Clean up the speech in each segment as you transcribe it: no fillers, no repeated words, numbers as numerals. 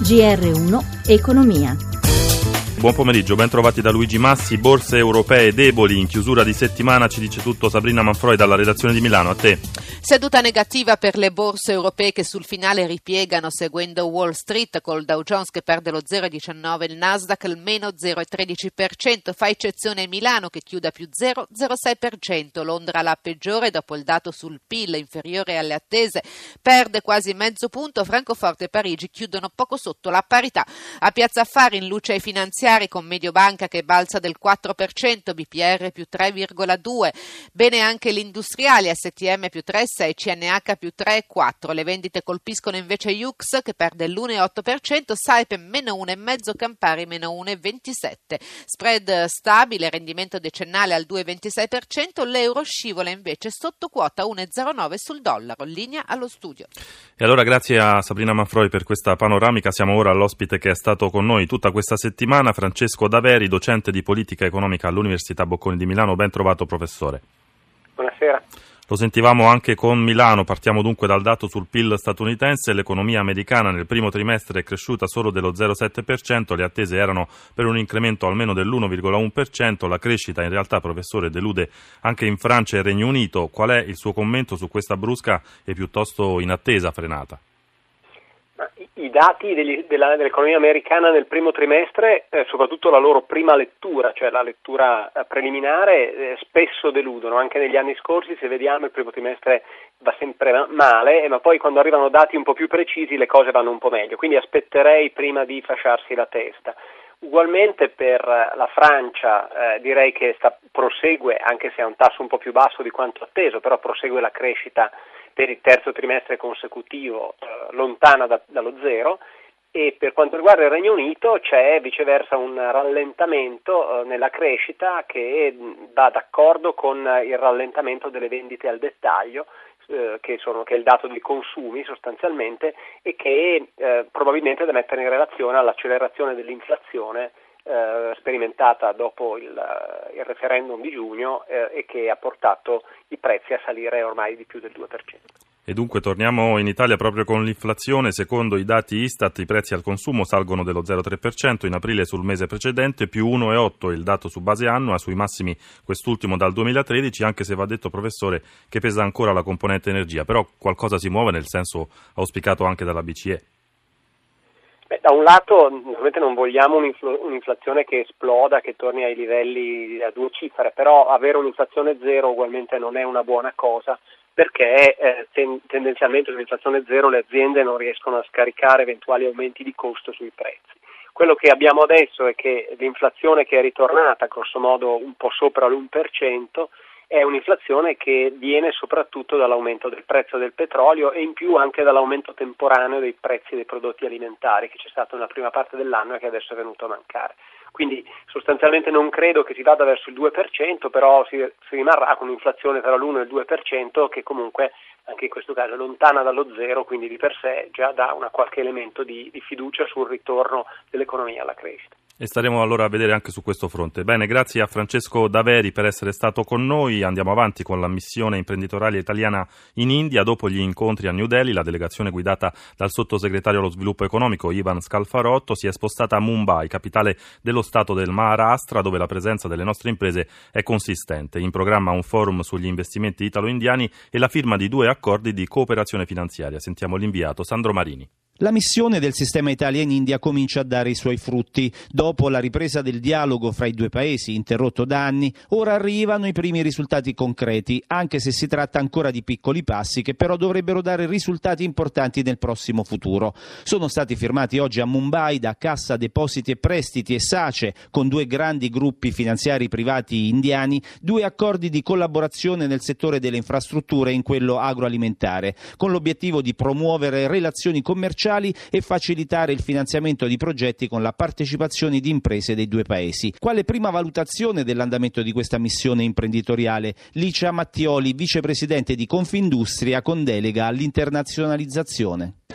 GR1 Economia. Buon pomeriggio, ben trovati da Luigi Massi. Borse europee deboli in chiusura di settimana, ci dice tutto Sabrina Manfroi dalla redazione di Milano. A te. Seduta negativa per le borse europee che sul finale ripiegano seguendo Wall Street, col Dow Jones che perde lo 0,19, il Nasdaq il meno 0,13%, fa eccezione Milano che chiude a più 0,06%, Londra la peggiore dopo il dato sul PIL inferiore alle attese, perde quasi mezzo punto, Francoforte e Parigi chiudono poco sotto la parità. A Piazza Affari in luce ai finanziari con Mediobanca che balza del 4%, BPR più 3,2%, bene anche l'industriale, STM più 3,6%, CNH più 3,4%, le vendite colpiscono invece Yux che perde l'1,8%, Saipem meno 1,5%, Campari meno 1,27%, spread stabile, rendimento decennale al 2,26%, l'euro scivola invece sotto quota 1,09 sul dollaro, linea allo studio. E allora grazie a Sabrina Manfroi per questa panoramica, siamo ora all'ospite che è stato con noi tutta questa settimana, Francesco Daveri, docente di politica economica all'Università Bocconi di Milano, ben trovato professore. Buonasera. Lo sentivamo anche con Milano, partiamo dunque dal dato sul PIL statunitense, l'economia americana nel primo trimestre è cresciuta solo dello 0,7%, le attese erano per un incremento almeno dell'1,1%, la crescita in realtà, professore, delude anche in Francia e Regno Unito. Qual è il suo commento su questa brusca e piuttosto inattesa frenata? I dati dell'economia americana nel primo trimestre, soprattutto la loro prima lettura, cioè la lettura preliminare, spesso deludono. Anche negli anni scorsi, se vediamo, il primo trimestre va sempre male, ma poi quando arrivano dati un po' più precisi le cose vanno un po' meglio. Quindi aspetterei prima di fasciarsi la testa. Ugualmente per la Francia direi che prosegue, anche se a un tasso un po' più basso di quanto atteso, però prosegue la crescita per il terzo trimestre consecutivo lontana dallo zero, e per quanto riguarda il Regno Unito c'è viceversa un rallentamento nella crescita che va d'accordo con il rallentamento delle vendite al dettaglio, che è il dato dei consumi sostanzialmente, e che probabilmente è da mettere in relazione all'accelerazione dell'inflazione sperimentata dopo il referendum di giugno e che ha portato i prezzi a salire ormai di più del 2%. E dunque torniamo in Italia proprio con l'inflazione. Secondo i dati Istat i prezzi al consumo salgono dello 0,3% in aprile sul mese precedente, più 1,8% il dato su base annua, sui massimi quest'ultimo dal 2013, anche se va detto, professore, che pesa ancora la componente energia, però qualcosa si muove nel senso auspicato anche dalla BCE. Da un lato naturalmente non vogliamo un'inflazione che esploda, che torni ai livelli a due cifre, però avere un'inflazione zero ugualmente non è una buona cosa, perché tendenzialmente sull'inflazione zero le aziende non riescono a scaricare eventuali aumenti di costo sui prezzi. Quello che abbiamo adesso è che l'inflazione che è ritornata grosso modo un po' sopra l'1% è un'inflazione che viene soprattutto dall'aumento del prezzo del petrolio e in più anche dall'aumento temporaneo dei prezzi dei prodotti alimentari che c'è stato nella prima parte dell'anno e che adesso è venuto a mancare. Quindi sostanzialmente non credo che si vada verso il 2%, però si rimarrà con un'inflazione tra l'1 e il 2% che comunque anche in questo caso è lontana dallo zero, quindi di per sé già dà una qualche elemento di fiducia sul ritorno dell'economia alla crescita. E staremo allora a vedere anche su questo fronte. Bene, grazie a Francesco Daveri per essere stato con noi. Andiamo avanti con la missione imprenditoriale italiana in India. Dopo gli incontri a New Delhi, la delegazione guidata dal sottosegretario allo sviluppo economico Ivan Scalfarotto si è spostata a Mumbai, capitale dello stato del Maharashtra, dove la presenza delle nostre imprese è consistente. In programma un forum sugli investimenti italo-indiani e la firma di 2 accordi di cooperazione finanziaria. Sentiamo l'inviato Sandro Marini. La missione del sistema Italia in India comincia a dare i suoi frutti. Dopo la ripresa del dialogo fra i due paesi, interrotto da anni, ora arrivano i primi risultati concreti, anche se si tratta ancora di piccoli passi che però dovrebbero dare risultati importanti nel prossimo futuro. Sono stati firmati oggi a Mumbai da Cassa Depositi e Prestiti e SACE, con 2 grandi gruppi finanziari privati indiani, 2 accordi di collaborazione nel settore delle infrastrutture e in quello agroalimentare, con l'obiettivo di promuovere relazioni commerciali e facilitare il finanziamento di progetti con la partecipazione di imprese dei 2 paesi. Quale prima valutazione dell'andamento di questa missione imprenditoriale? Licia Mattioli, vicepresidente di Confindustria con delega all'internazionalizzazione.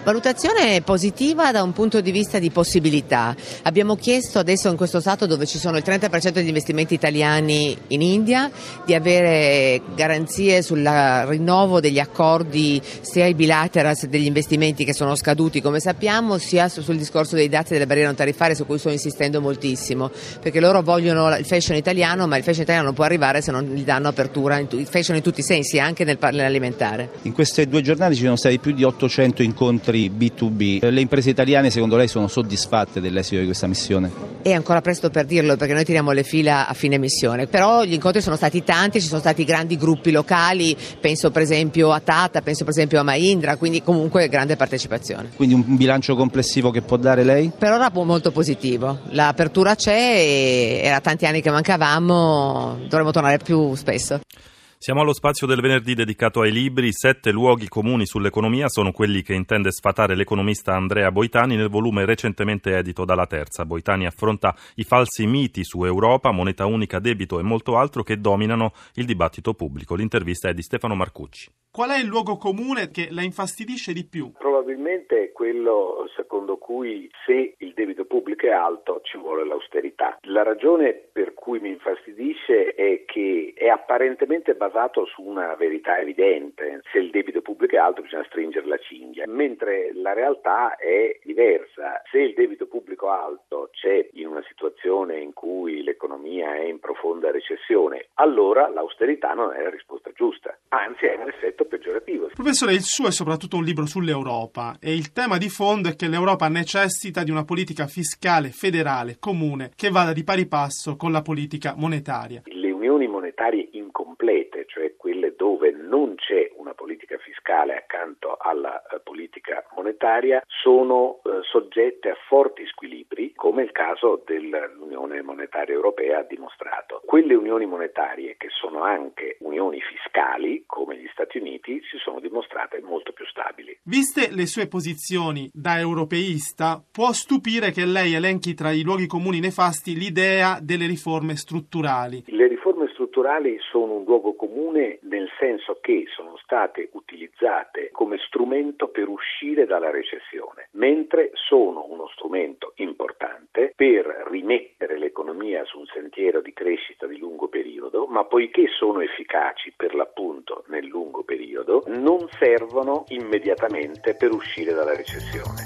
Valutazione positiva da un punto di vista di possibilità. Abbiamo chiesto adesso in questo stato dove ci sono il 30% degli investimenti italiani in India di avere garanzie sul rinnovo degli accordi sia i bilaterals degli investimenti che sono scaduti come sappiamo sia sul discorso dei dazi delle barriere non tariffarie su cui sto insistendo moltissimo perché loro vogliono il fashion italiano ma il fashion italiano non può arrivare se non gli danno apertura, il fashion in tutti i sensi anche nell'alimentare. In queste 2 giornate ci sono stati più di 800 incontri B2B. Le imprese italiane secondo lei sono soddisfatte dell'esito di questa missione? È ancora presto per dirlo perché noi tiriamo le fila a fine missione, però gli incontri sono stati tanti, ci sono stati grandi gruppi locali, penso per esempio a Tata, penso per esempio a Mahindra, quindi comunque grande partecipazione. Quindi un bilancio complessivo che può dare lei? Per ora molto positivo, l'apertura c'è e era tanti anni che mancavamo, dovremmo tornare più spesso. Siamo allo spazio del venerdì dedicato ai libri. 7 luoghi comuni sull'economia sono quelli che intende sfatare l'economista Andrea Boitani nel volume recentemente edito dalla Terza. Boitani affronta i falsi miti su Europa, moneta unica, debito e molto altro che dominano il dibattito pubblico. L'intervista è di Stefano Marcucci. Qual è il luogo comune che la infastidisce di più? Probabilmente è quello secondo cui se il debito pubblico è alto ci vuole l'austerità. La ragione per cui mi infastidisce è che è apparentemente basato su una verità evidente. Se il debito pubblico è alto bisogna stringere la cinghia, mentre la realtà è diversa. Se il debito pubblico alto c'è in una situazione in cui l'economia è in profonda recessione, allora l'austerità non è la risposta giusta, anzi è un effetto peggiorativo. Professore, il suo è soprattutto un libro sull'Europa e il tema di fondo è che l'Europa necessita di una politica fiscale federale comune che vada di pari passo con la politica monetaria. Le unioni monetarie incomplete, cioè quelle dove non c'è una politica fiscale accanto alla politica monetaria, sono soggette a forti squilibri, come il caso dell'Unione Monetaria Europea ha dimostrato. Quelle unioni monetarie che sono anche unioni fiscali, come gli Stati Uniti, si sono dimostrate molto più stabili. Viste le sue posizioni da europeista, può stupire che lei elenchi tra i luoghi comuni nefasti l'idea delle riforme strutturali. Le riforme strutturali sono un luogo comune nel senso che sono state utilizzate come strumento per uscire dalla recessione, mentre sono uno strumento importante per rimettere l'economia su un sentiero di crescita di lungo periodo, ma poiché sono efficaci per l'appunto nel lungo periodo, non servono immediatamente per uscire dalla recessione.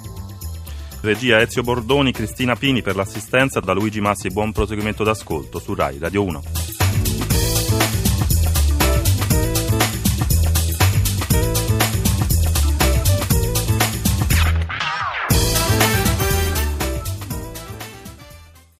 Regia Ezio Bordoni, Cristina Pini per l'assistenza, da Luigi Massi buon proseguimento d'ascolto su Rai Radio 1.